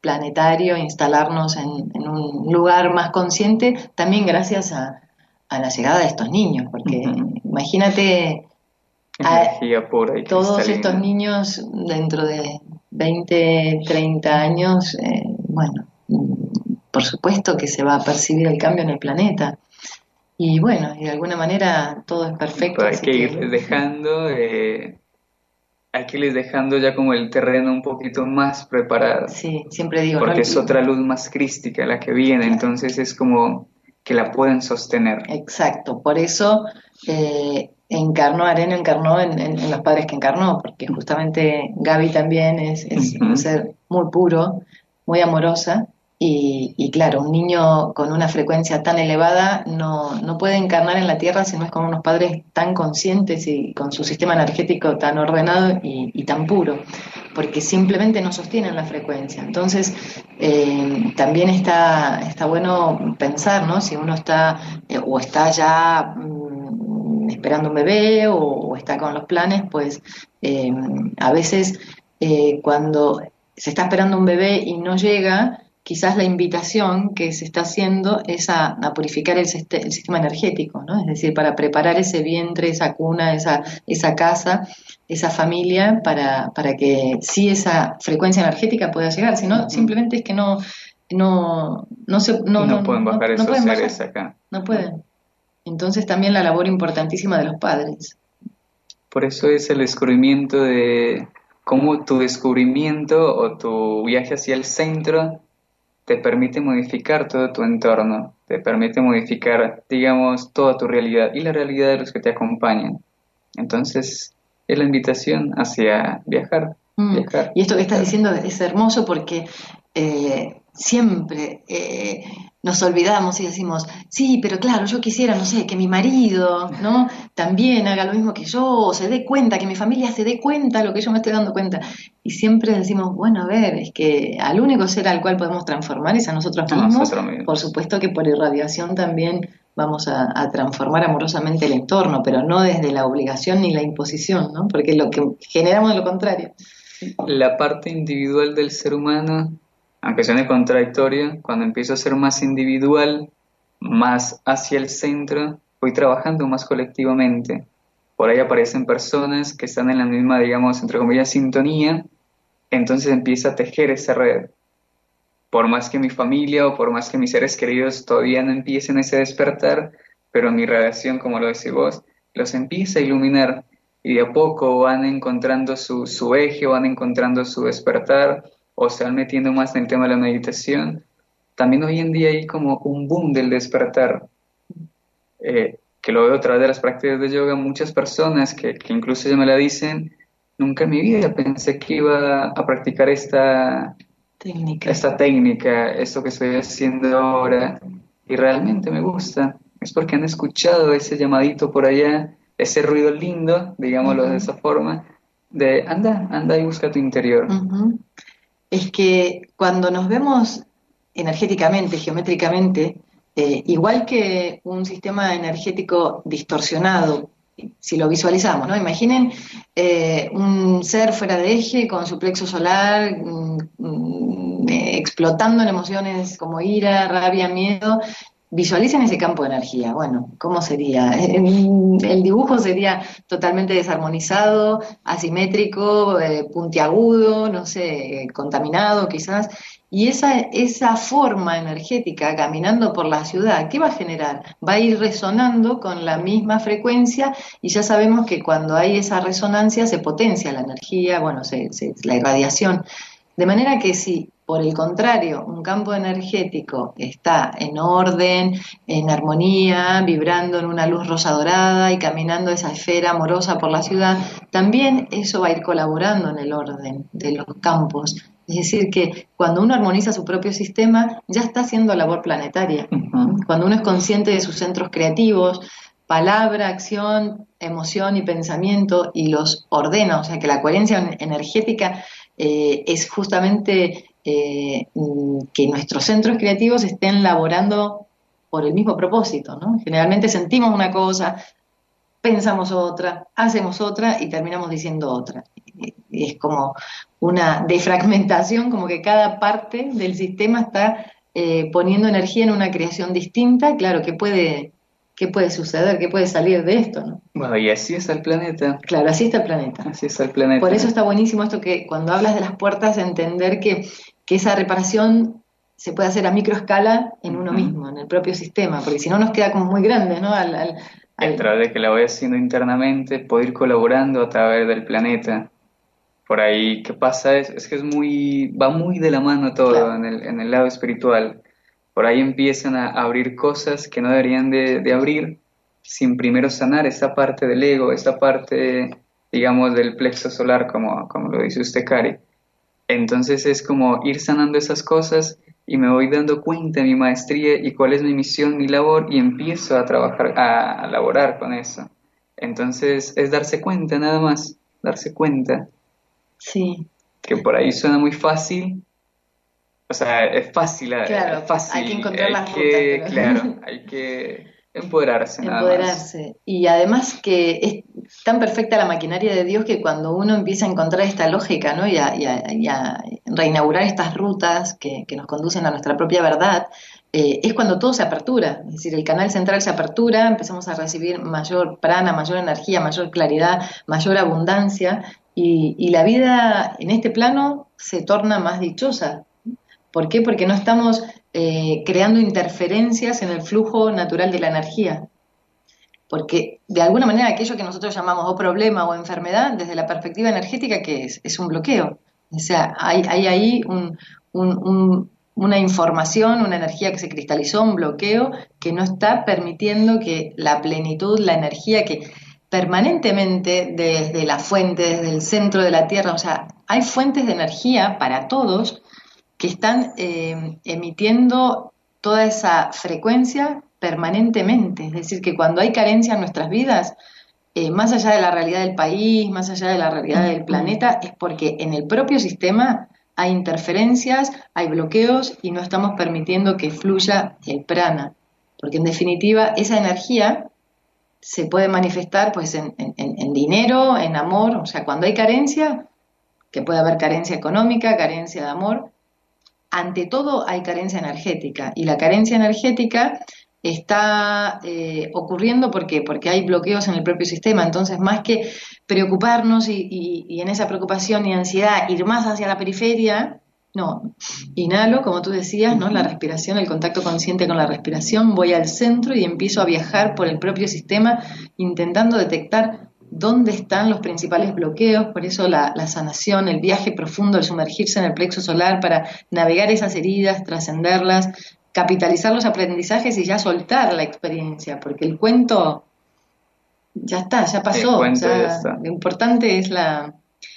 planetario, instalarnos en, en un lugar más consciente, también gracias a, a la llegada de estos niños, porque uh-huh. imagínate energía pura y todos cristalina. Estos niños dentro de veinte, treinta años, eh, bueno, por supuesto que se va a percibir el cambio en el planeta. Y bueno, y de alguna manera todo es perfecto. Pero hay que irles que... dejando, eh, hay que irles dejando ya como el terreno un poquito más preparado. Sí, siempre digo. Porque ¿no? es otra luz más crística la que viene, claro. Entonces es como que la pueden sostener. Exacto, por eso eh, encarnó, Areno encarnó en, en, en los padres que encarnó, porque justamente Gaby también es, es uh-huh. un ser muy puro, muy amorosa. Y, y claro, un niño con una frecuencia tan elevada no, no puede encarnar en la Tierra si no es con unos padres tan conscientes y con su sistema energético tan ordenado y, y tan puro, porque simplemente no sostienen la frecuencia. Entonces, eh, también está, está bueno pensar, ¿no? Si uno está eh, o está ya mm, esperando un bebé o, o está con los planes, pues eh, a veces eh, cuando se está esperando un bebé y no llega, quizás la invitación que se está haciendo es a, a purificar el, el sistema energético, ¿no? Es decir, para preparar ese vientre, esa cuna, esa, esa casa, esa familia, para, para que sí esa frecuencia energética pueda llegar, si no, uh-huh. simplemente es que no, no, no se no, no pueden bajar no, esos no pueden seres bajar, acá. No pueden. Entonces también la labor importantísima de los padres. Por eso es el descubrimiento de cómo tu descubrimiento o tu viaje hacia el centro te permite modificar todo tu entorno, te permite modificar, digamos, toda tu realidad y la realidad de los que te acompañan. Entonces, es la invitación hacia viajar. Mm. viajar y esto que estás viajar. diciendo es hermoso porque eh, siempre eh, nos olvidamos y decimos, sí, pero claro, yo quisiera, no sé, que mi marido, ¿no? También haga lo mismo que yo, o se dé cuenta, que mi familia se dé cuenta de lo que yo me estoy dando cuenta. Y siempre decimos, bueno, a ver, es que al único ser al cual podemos transformar es a nosotros a mismos. Nosotros mismos. Por supuesto que por irradiación también vamos a, a transformar amorosamente el entorno, pero no desde la obligación ni la imposición, ¿no? Porque lo que generamos es lo contrario. La parte individual del ser humano, aunque suene contradictorio, cuando empiezo a ser más individual, más hacia el centro, voy trabajando más colectivamente. Por ahí aparecen personas que están en la misma, digamos, entre comillas, sintonía, entonces empieza a tejer esa red. Por más que mi familia o por más que mis seres queridos todavía no empiecen ese despertar, pero mi relación, como lo decís vos, los empieza a iluminar y de a poco van encontrando su, su eje, van encontrando su despertar o se van metiendo más en el tema de la meditación. También hoy en día hay como un boom del despertar, eh, que lo veo a través de las prácticas de yoga. Muchas personas que, que incluso ya me la dicen, nunca en mi vida pensé que iba a practicar esta técnica, esta técnica, esto que estoy haciendo ahora, y realmente me gusta. Es porque han escuchado ese llamadito por allá, ese ruido lindo, digámoslo uh-huh. de esa forma, de anda, anda y busca tu interior. Uh-huh. Es que cuando nos vemos energéticamente, geométricamente, eh, igual que un sistema energético distorsionado, si lo visualizamos, ¿no? Imaginen eh, un ser fuera de eje con su plexo solar mm, mm, eh, explotando en emociones como ira, rabia, miedo. Visualicen ese campo de energía. Bueno, ¿cómo sería? El dibujo sería totalmente desarmonizado, asimétrico, eh, puntiagudo, no sé, contaminado quizás. Y esa, esa forma energética caminando por la ciudad, ¿qué va a generar? Va a ir resonando con la misma frecuencia y ya sabemos que cuando hay esa resonancia se potencia la energía, bueno, se, se, la irradiación. De manera que si, por el contrario, un campo energético está en orden, en armonía, vibrando en una luz rosa dorada y caminando esa esfera amorosa por la ciudad, también eso va a ir colaborando en el orden de los campos. Es decir, que cuando uno armoniza su propio sistema, ya está haciendo labor planetaria. Uh-huh. Cuando uno es consciente de sus centros creativos, palabra, acción, emoción y pensamiento, y los ordena, o sea que la coherencia energética eh, es justamente eh, que nuestros centros creativos estén laborando por el mismo propósito, ¿no? Generalmente sentimos una cosa, pensamos otra, hacemos otra y terminamos diciendo otra. Y y es como una defragmentación, como que cada parte del sistema está eh, poniendo energía en una creación distinta. Claro, ¿qué puede, qué puede suceder? ¿Qué puede salir de esto, no? Bueno, y así está el planeta, Claro, así está el planeta. así está el Por eso planeta. está buenísimo esto que cuando hablas de las puertas, entender que, que esa reparación se puede hacer a microescala en uno Ujú. mismo, en el propio sistema, porque si no nos queda como muy grande, ¿no? Al, al, Y a al- través de que la voy haciendo internamente, puedo ir colaborando a través del planeta. Por ahí, ¿qué pasa? Es, es que es muy, va muy de la mano todo claro, en el, en el lado espiritual. Por ahí empiezan a abrir cosas que no deberían de, de abrir sin primero sanar esa parte del ego, esa parte, digamos, del plexo solar, como, como lo dice usted, Cari. Entonces es como ir sanando esas cosas y me voy dando cuenta de mi maestría y cuál es mi misión, mi labor y empiezo a trabajar, a, a laborar con eso. Entonces es darse cuenta nada más, darse cuenta sí, que por ahí suena muy fácil, o sea, es fácil, eh, es claro, hay que fácil, encontrar hay las rutas, que, pero claro, hay que empoderarse nada más. empoderarse. Y además que es tan perfecta la maquinaria de Dios que cuando uno empieza a encontrar esta lógica, ¿no? Y a, y a- y a reinaugurar estas rutas que, que nos conducen a nuestra propia verdad, eh, es cuando todo se apertura. Es decir, el canal central se apertura, empezamos a recibir mayor prana, mayor energía, mayor claridad, mayor abundancia, y, y la vida en este plano se torna más dichosa. ¿Por qué? Porque no estamos eh, creando interferencias en el flujo natural de la energía. Porque de alguna manera aquello que nosotros llamamos o problema o enfermedad, desde la perspectiva energética, ¿qué es? Es un bloqueo. O sea, hay, hay ahí un, un, un, una información, una energía que se cristalizó, un bloqueo que no está permitiendo que la plenitud, la energía que permanentemente desde la fuente, desde el centro de la Tierra, o sea, hay fuentes de energía para todos que están eh, emitiendo toda esa frecuencia permanentemente. Es decir, que cuando hay carencia en nuestras vidas, eh, más allá de la realidad del país, más allá de la realidad del planeta, es porque en el propio sistema hay interferencias, hay bloqueos y no estamos permitiendo que fluya el prana. Porque en definitiva esa energía se puede manifestar pues en, en, en dinero, en amor, o sea, cuando hay carencia, que puede haber carencia económica, carencia de amor, ante todo hay carencia energética y la carencia energética está eh, ocurriendo ¿por qué? Porque hay bloqueos en el propio sistema, entonces más que preocuparnos y, y, y en esa preocupación y ansiedad ir más hacia la periferia, no, inhalo, como tú decías, ¿no? La Ujú. respiración, el contacto consciente con la respiración, voy al centro y empiezo a viajar por el propio sistema intentando detectar dónde están los principales bloqueos, por eso la, la sanación, el viaje profundo, el sumergirse en el plexo solar para navegar esas heridas, trascenderlas, capitalizar los aprendizajes y ya soltar la experiencia, porque el cuento ya está, ya Sí, el pasó, cuento ya ya está. lo importante es la,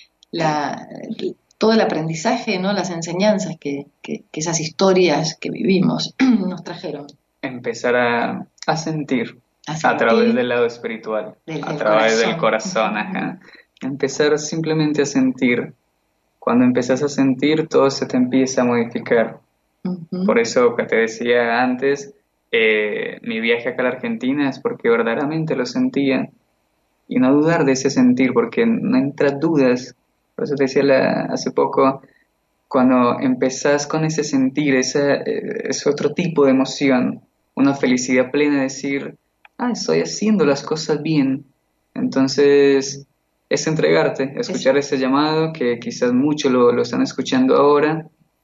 la todo el aprendizaje, ¿no? Las enseñanzas que, que, que esas historias que vivimos nos trajeron Empezar a, a sentir a a través del sentir lado espiritual, desde a el través del corazón. corazón, ajá. Empezar simplemente a sentir. Cuando empiezas a sentir, todo se te empieza a modificar. Por Ujú. eso que te decía antes, eh, mi viaje acá a la Argentina es porque verdaderamente lo sentía. Y no dudar de ese sentir, porque no entra dudas. Por eso te decía la- hace poco, cuando empezás con ese sentir, esa, eh, es otro tipo de emoción, una felicidad plena de decir, ah, estoy haciendo las cosas bien. Entonces, es entregarte, Es, escuchar ese llamado, que quizás muchos lo, lo están escuchando ahora,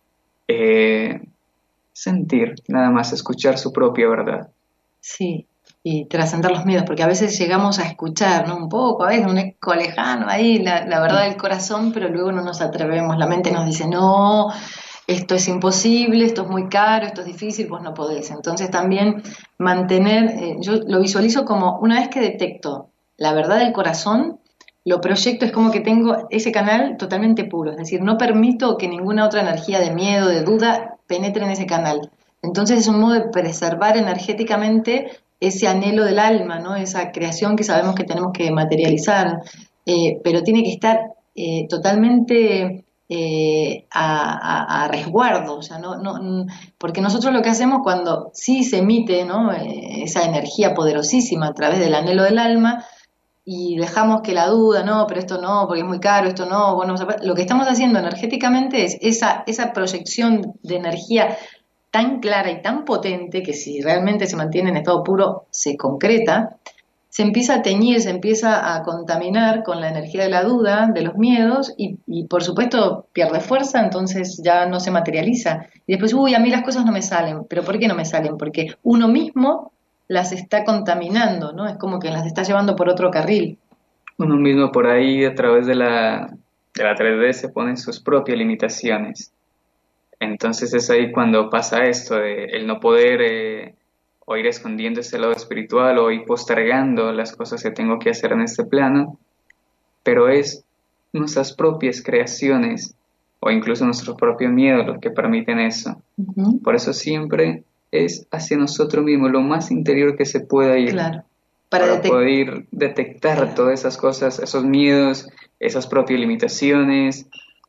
eh, sentir, nada más, escuchar su propia verdad. sí, y trascender los miedos, porque a veces llegamos a escuchar, ¿no? Un poco, a veces un eco lejano ahí, la, la verdad del corazón, pero luego no nos atrevemos, la mente nos dice, no, esto es imposible, esto es muy caro, esto es difícil, vos no podés. Entonces también mantener, eh, yo lo visualizo como una vez que detecto la verdad del corazón, lo proyecto, es como que tengo ese canal totalmente puro, es decir, no permito que ninguna otra energía de miedo, de duda, penetre en ese canal. Entonces es un modo de preservar energéticamente ese anhelo del alma, ¿no? Esa creación que sabemos que tenemos que materializar, eh, pero tiene que estar eh, totalmente eh, a, a, a, resguardo, o sea, no, no, porque nosotros lo que hacemos cuando sí se emite, ¿no? Eh, esa energía poderosísima a través del anhelo del alma, y dejamos que la duda, no, pero esto no, porque es muy caro, esto no, bueno, lo que estamos haciendo energéticamente es esa, esa proyección de energía tan clara y tan potente que si realmente se mantiene en estado puro, se concreta, se empieza a teñir, se empieza a contaminar con la energía de la duda, de los miedos, y, y por supuesto pierde fuerza, entonces ya no se materializa. Y después, uy, a mí las cosas no me salen, pero ¿por qué no me salen? Porque uno mismo las está contaminando, ¿no? Es como que las está llevando por otro carril. Uno mismo por ahí a través de la, de la tres D se pone sus propias limitaciones. Entonces es ahí cuando pasa esto de el no poder eh, o ir escondiendo ese lado espiritual o ir postergando las cosas que tengo que hacer en este plano, pero es nuestras propias creaciones o incluso nuestro propio miedo lo que permiten eso. Uh-huh. Por eso siempre es hacia nosotros mismos, lo más interior que se pueda ir. Claro. Para, Para detect- poder detectar claro. todas esas cosas, esos miedos, esas propias limitaciones,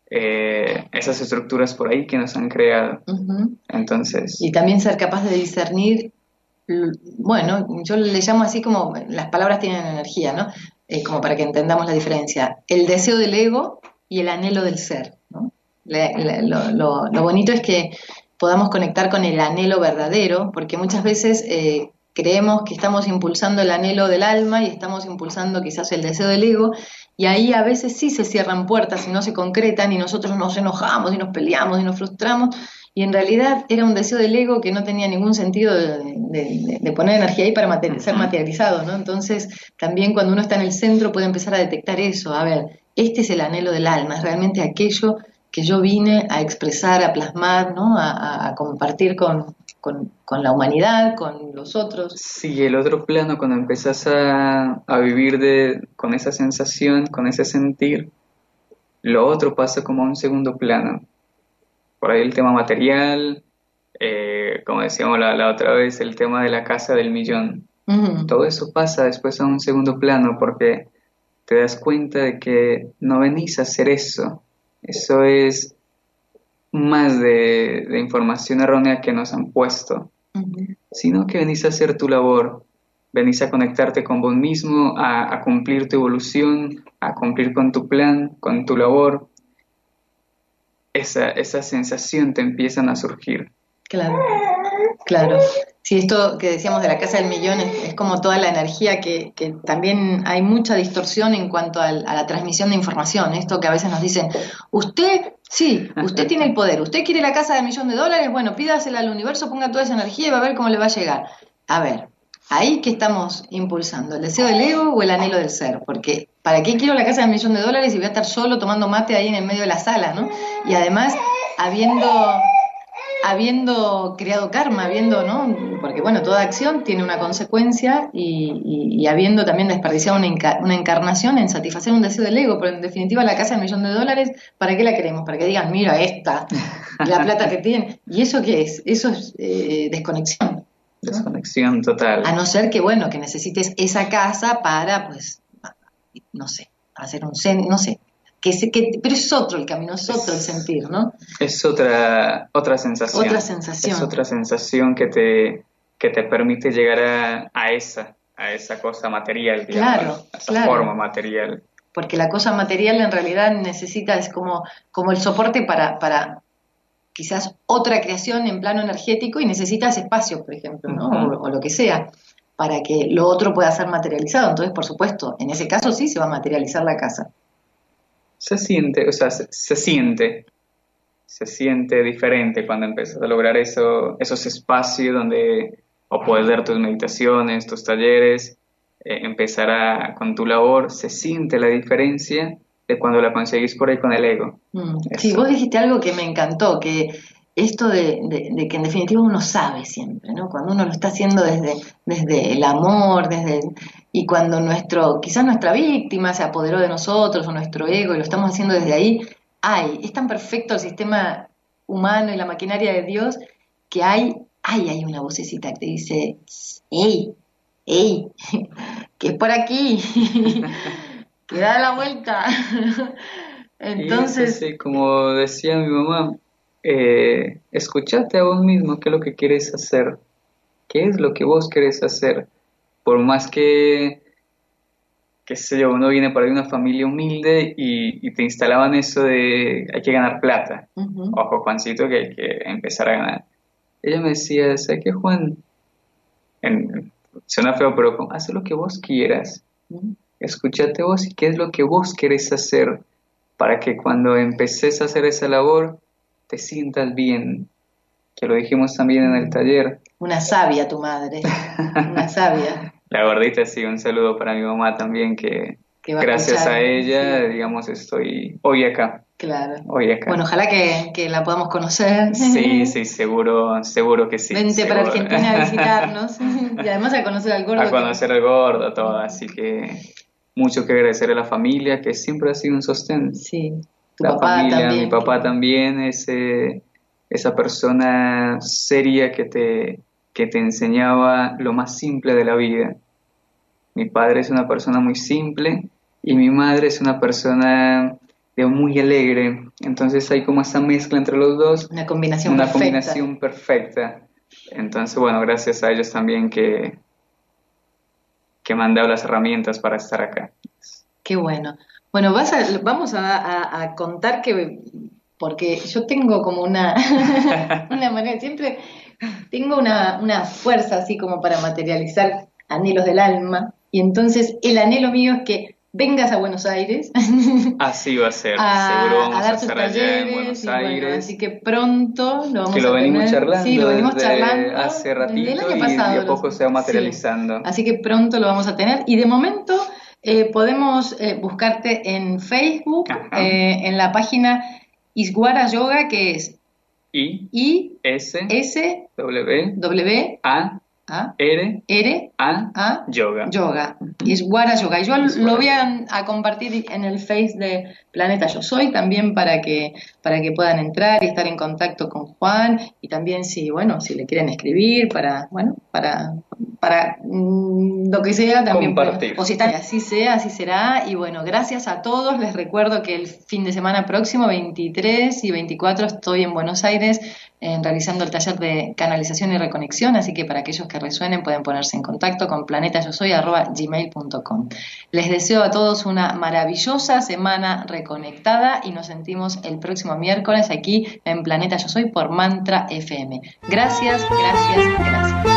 eh, esas estructuras por ahí que nos han creado. Uh-huh. Entonces. Y también ser capaz de discernir, bueno, yo le llamo así como, las palabras tienen energía, ¿no? Eh, como para que entendamos la diferencia. El deseo del ego y el anhelo del ser, ¿no? Le, le, lo, lo, lo bonito es que podamos conectar con el anhelo verdadero, porque muchas veces eh, creemos que estamos impulsando el anhelo del alma y estamos impulsando quizás el deseo del ego, y ahí a veces sí se cierran puertas y no se concretan y nosotros nos enojamos y nos peleamos y nos frustramos, y en realidad era un deseo del ego que no tenía ningún sentido de, de, de, de poner energía ahí para material, ser materializado, ¿no? Entonces también cuando uno está en el centro puede empezar a detectar eso, a ver, este es el anhelo del alma, es realmente aquello que yo vine a expresar, a plasmar, ¿no? a, a, a compartir con, con, con la humanidad, con los otros. Sí, el otro plano, cuando empiezas a, a vivir de, con esa sensación, con ese sentir, lo otro pasa como a un segundo plano. Por ahí el tema material, eh, como decíamos la, la otra vez, el tema de la casa del millón. Uh-huh. Todo eso pasa después a un segundo plano porque te das cuenta de que no venís a hacer eso. Eso es más de, de información errónea que nos han puesto, uh-huh. sino que venís a hacer tu labor, venís a conectarte con vos mismo, a, a cumplir tu evolución, a cumplir con tu plan, con tu labor. Esa, esa sensación te empiezan a surgir. Claro, claro. Sí, esto que decíamos de la casa del millón es, es como toda la energía que, que también hay mucha distorsión en cuanto al, a la transmisión de información. Esto que a veces nos dicen, usted, sí, usted tiene el poder, usted quiere la casa del millón de dólares, bueno, pídasela al universo, ponga toda esa energía y va a ver cómo le va a llegar. A ver, ahí que estamos impulsando, ¿el deseo del ego o el anhelo del ser? Porque ¿para qué quiero la casa del millón de dólares si voy a estar solo tomando mate ahí en el medio de la sala, ¿no? Y además, habiendo... habiendo creado karma, habiendo, ¿no? Porque bueno, toda acción tiene una consecuencia y, y, y habiendo también desperdiciado una, enca una encarnación en satisfacer un deseo del ego, pero en definitiva la casa del millón de dólares, ¿para qué la queremos? Para que digan, mira esta, la plata que tiene. ¿Y eso qué es? Eso es eh, desconexión. ¿No? Desconexión total. A no ser que, bueno, que necesites esa casa para, pues, no sé, hacer un zen, no sé. Que se, que, pero es otro el camino, es otro es, el sentir, ¿no? Es otra, otra sensación. Otra sensación. Es otra sensación que te, que te permite llegar a, a esa, a esa cosa material, digamos, claro, a esa claro. forma material. Porque la cosa material en realidad necesita, es como, como el soporte para, para quizás otra creación en plano energético y necesitas espacio, por ejemplo, ¿no? Uh-huh. o, o lo que sea, para que lo otro pueda ser materializado. Entonces, por supuesto, en ese caso sí se va a materializar la casa. Se siente, o sea, se, se siente, se siente diferente cuando empiezas a lograr eso, esos espacios donde o puedes dar tus meditaciones, tus talleres, eh, empezar a, con tu labor, se siente la diferencia de cuando la conseguís por ahí con el ego. Mm. Sí, vos dijiste algo que me encantó, que esto de, de, de que en definitiva uno sabe siempre, ¿no? Cuando uno lo está haciendo desde, desde el amor, desde y cuando nuestro, quizás nuestra víctima se apoderó de nosotros o nuestro ego y lo estamos haciendo desde ahí, hay, es tan perfecto el sistema humano y la maquinaria de Dios que hay, hay, hay una vocecita que te dice, ¡ey! ¡Ey! Que es por aquí, que da la vuelta. Entonces, y sí, como decía mi mamá, eh, escuchate a vos mismo qué es lo que quieres hacer, qué es lo que vos querés hacer, por más que qué sé yo, uno viene por ahí de una familia humilde y, y te instalaban eso de hay que ganar plata. Ujú. Ojo, Juancito, que hay que empezar a ganar. Ella me decía, ¿sabes qué, Juan? En, suena feo, pero como, haz lo que vos quieras. Ujú. Escúchate vos y qué es lo que vos querés hacer para que cuando empeces a hacer esa labor te sientas bien. Que lo dijimos también en el taller. Una sabia tu madre, una sabia. La gordita, sí, un saludo para mi mamá también, que, Que va a gracias escuchar, a ella, sí. digamos, estoy hoy acá, Claro. hoy acá. Bueno, ojalá que, que la podamos conocer. Sí, sí, seguro, seguro que sí. Vente seguro. para Argentina a visitarnos y además a conocer al gordo. A conocer que... al gordo, todo, así que mucho que agradecer a la familia, que siempre ha sido un sostén. Sí, tu La papá familia, también. mi papá que... también, ese, esa persona seria que te, que te enseñaba lo más simple de la vida. Mi padre es una persona muy simple y mi madre es una persona de muy alegre. Entonces hay como esa mezcla entre los dos. Una combinación una perfecta. combinación perfecta. Entonces, bueno, gracias a ellos también que, que me han dado las herramientas para estar acá. Qué bueno. Bueno, vas a, vamos a, a, a contar que, porque yo tengo como una, una manera, siempre tengo una, una fuerza así como para materializar anhelos del alma, y entonces el anhelo mío es que vengas a Buenos Aires Así va a ser, a, seguro vamos a a, dar tus estar allá talleres, en Buenos y Aires. bueno, así que pronto lo vamos que lo a venimos tener. charlando, Sí, lo venimos desde charlando hace ratito desde el año y pasado, de a poco los- se va sí. materializando. Así que pronto lo vamos a tener, y de momento eh, podemos eh, buscarte en Facebook, eh, en la página Iswara Yoga, que es I, I S, S W, W A, A R, R A, A Yoga. Yoga, Iswara Yoga. Y yo Iswara lo voy a, a compartir en el Face de Planeta Yo Soy también para que para que puedan entrar y estar en contacto con Juan, y también si bueno si le quieren escribir para bueno para para mm, lo que sea también Compartir. pueden- o si están así sea así será. Y bueno, gracias a todos. Les recuerdo que el fin de semana próximo veintitrés y veinticuatro estoy en Buenos Aires eh, realizando el taller de canalización y reconexión, así que para aquellos que resuenen pueden ponerse en contacto con planetayosoy arroba gmail punto com. Les deseo a todos una maravillosa semana reconectada y nos sentimos el próximo miércoles aquí en Planeta Yo Soy por Mantra F M. Gracias, gracias, gracias.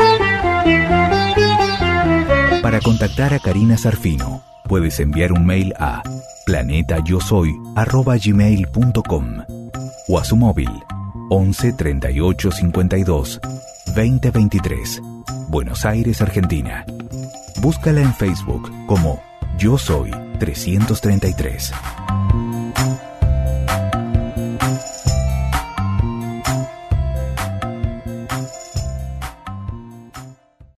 Para contactar a Karina Zarfino, puedes enviar un mail a planetayosoy arroba gmail punto com o a su móvil once treinta y ocho cincuenta y dos veinte veintitrés, Buenos Aires, Argentina. Búscala en Facebook como Yo Soy trescientos treinta y tres.